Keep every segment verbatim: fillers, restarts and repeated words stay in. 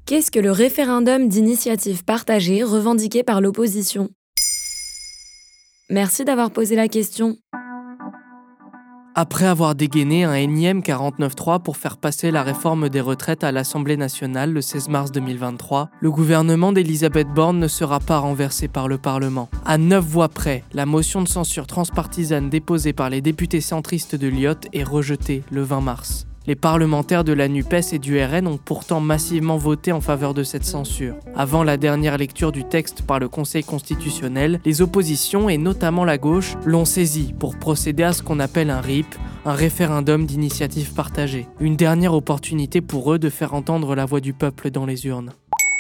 Qu'est-ce que le référendum d'initiative partagée revendiqué par l'opposition ? Merci d'avoir posé la question. Après avoir dégainé un énième quarante-neuf trois pour faire passer la réforme des retraites à l'Assemblée nationale le seize mars deux mille vingt-trois, le gouvernement d'Elisabeth Borne ne sera pas renversé par le Parlement. À neuf voix près, la motion de censure transpartisane déposée par les députés centristes de l'I O T est rejetée le vingt mars. Les parlementaires de la NUPES et du R N ont pourtant massivement voté en faveur de cette censure. Avant la dernière lecture du texte par le Conseil constitutionnel, les oppositions, et notamment la gauche, l'ont saisi pour procéder à ce qu'on appelle un R I P, un référendum d'initiative partagée. Une dernière opportunité pour eux de faire entendre la voix du peuple dans les urnes.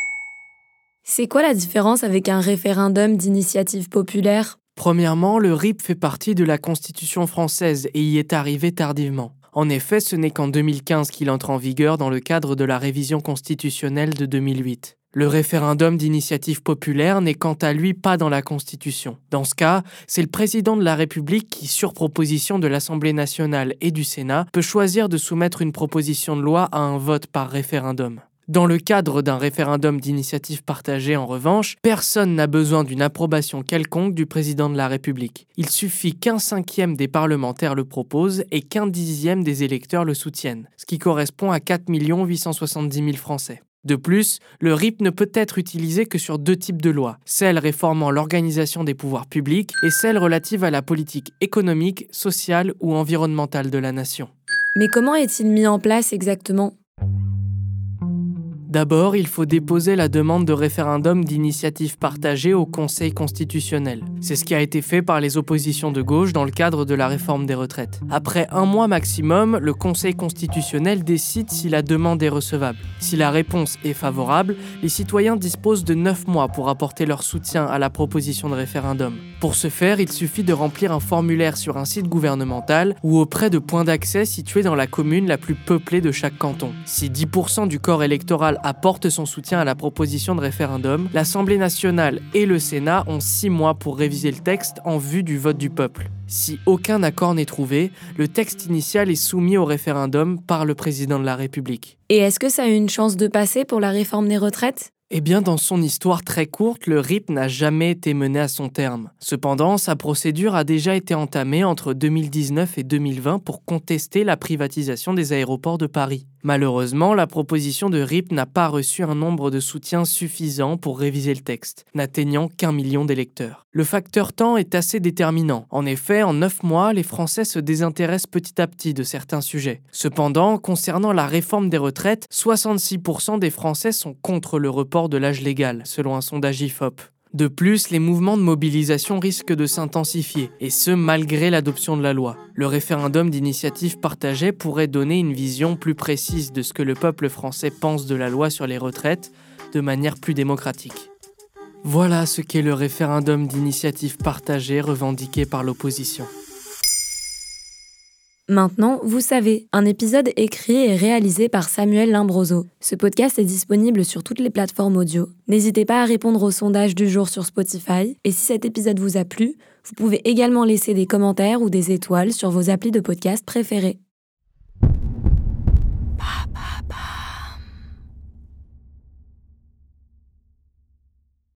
C'est quoi la différence avec un référendum d'initiative populaire ? Premièrement, le R I P fait partie de la Constitution française et y est arrivé tardivement. En effet, ce n'est qu'en deux mille quinze qu'il entre en vigueur dans le cadre de la révision constitutionnelle de deux mille huit. Le référendum d'initiative populaire n'est quant à lui pas dans la Constitution. Dans ce cas, c'est le président de la République qui, sur proposition de l'Assemblée nationale et du Sénat, peut choisir de soumettre une proposition de loi à un vote par référendum. Dans le cadre d'un référendum d'initiative partagée, en revanche, personne n'a besoin d'une approbation quelconque du président de la République. Il suffit qu'un cinquième des parlementaires le proposent et qu'un dixième des électeurs le soutiennent, ce qui correspond à quatre millions huit cent soixante-dix mille Français. De plus, le R I P ne peut être utilisé que sur deux types de lois, celle réformant l'organisation des pouvoirs publics et celle relative à la politique économique, sociale ou environnementale de la nation. Mais comment est-il mis en place exactement ? D'abord, il faut déposer la demande de référendum d'initiative partagée au Conseil constitutionnel. C'est ce qui a été fait par les oppositions de gauche dans le cadre de la réforme des retraites. Après un mois maximum, le Conseil constitutionnel décide si la demande est recevable. Si la réponse est favorable, les citoyens disposent de neuf mois pour apporter leur soutien à la proposition de référendum. Pour ce faire, il suffit de remplir un formulaire sur un site gouvernemental ou auprès de points d'accès situés dans la commune la plus peuplée de chaque canton. Si dix pour cent du corps électoral apporte son soutien à la proposition de référendum, l'Assemblée nationale et le Sénat ont six mois pour réviser le texte en vue du vote du peuple. Si aucun accord n'est trouvé, le texte initial est soumis au référendum par le président de la République. Et est-ce que ça a une chance de passer pour la réforme des retraites ? Eh bien, dans son histoire très courte, le R I P n'a jamais été mené à son terme. Cependant, sa procédure a déjà été entamée entre deux mille dix-neuf et deux mille vingt pour contester la privatisation des aéroports de Paris. Malheureusement, la proposition de R I P n'a pas reçu un nombre de soutiens suffisant pour réviser le texte, n'atteignant qu'un million d'électeurs. Le facteur temps est assez déterminant. En effet, en neuf mois, les Français se désintéressent petit à petit de certains sujets. Cependant, concernant la réforme des retraites, soixante-six pour cent des Français sont contre le report de l'âge légal, selon un sondage I F O P. De plus, les mouvements de mobilisation risquent de s'intensifier, et ce malgré l'adoption de la loi. Le référendum d'initiative partagée pourrait donner une vision plus précise de ce que le peuple français pense de la loi sur les retraites, de manière plus démocratique. Voilà ce qu'est le référendum d'initiative partagée revendiqué par l'opposition. Maintenant, vous savez, un épisode écrit et réalisé par Samuel Limbroso. Ce podcast est disponible sur toutes les plateformes audio. N'hésitez pas à répondre au sondage du jour sur Spotify. Et si cet épisode vous a plu, vous pouvez également laisser des commentaires ou des étoiles sur vos applis de podcast préférés.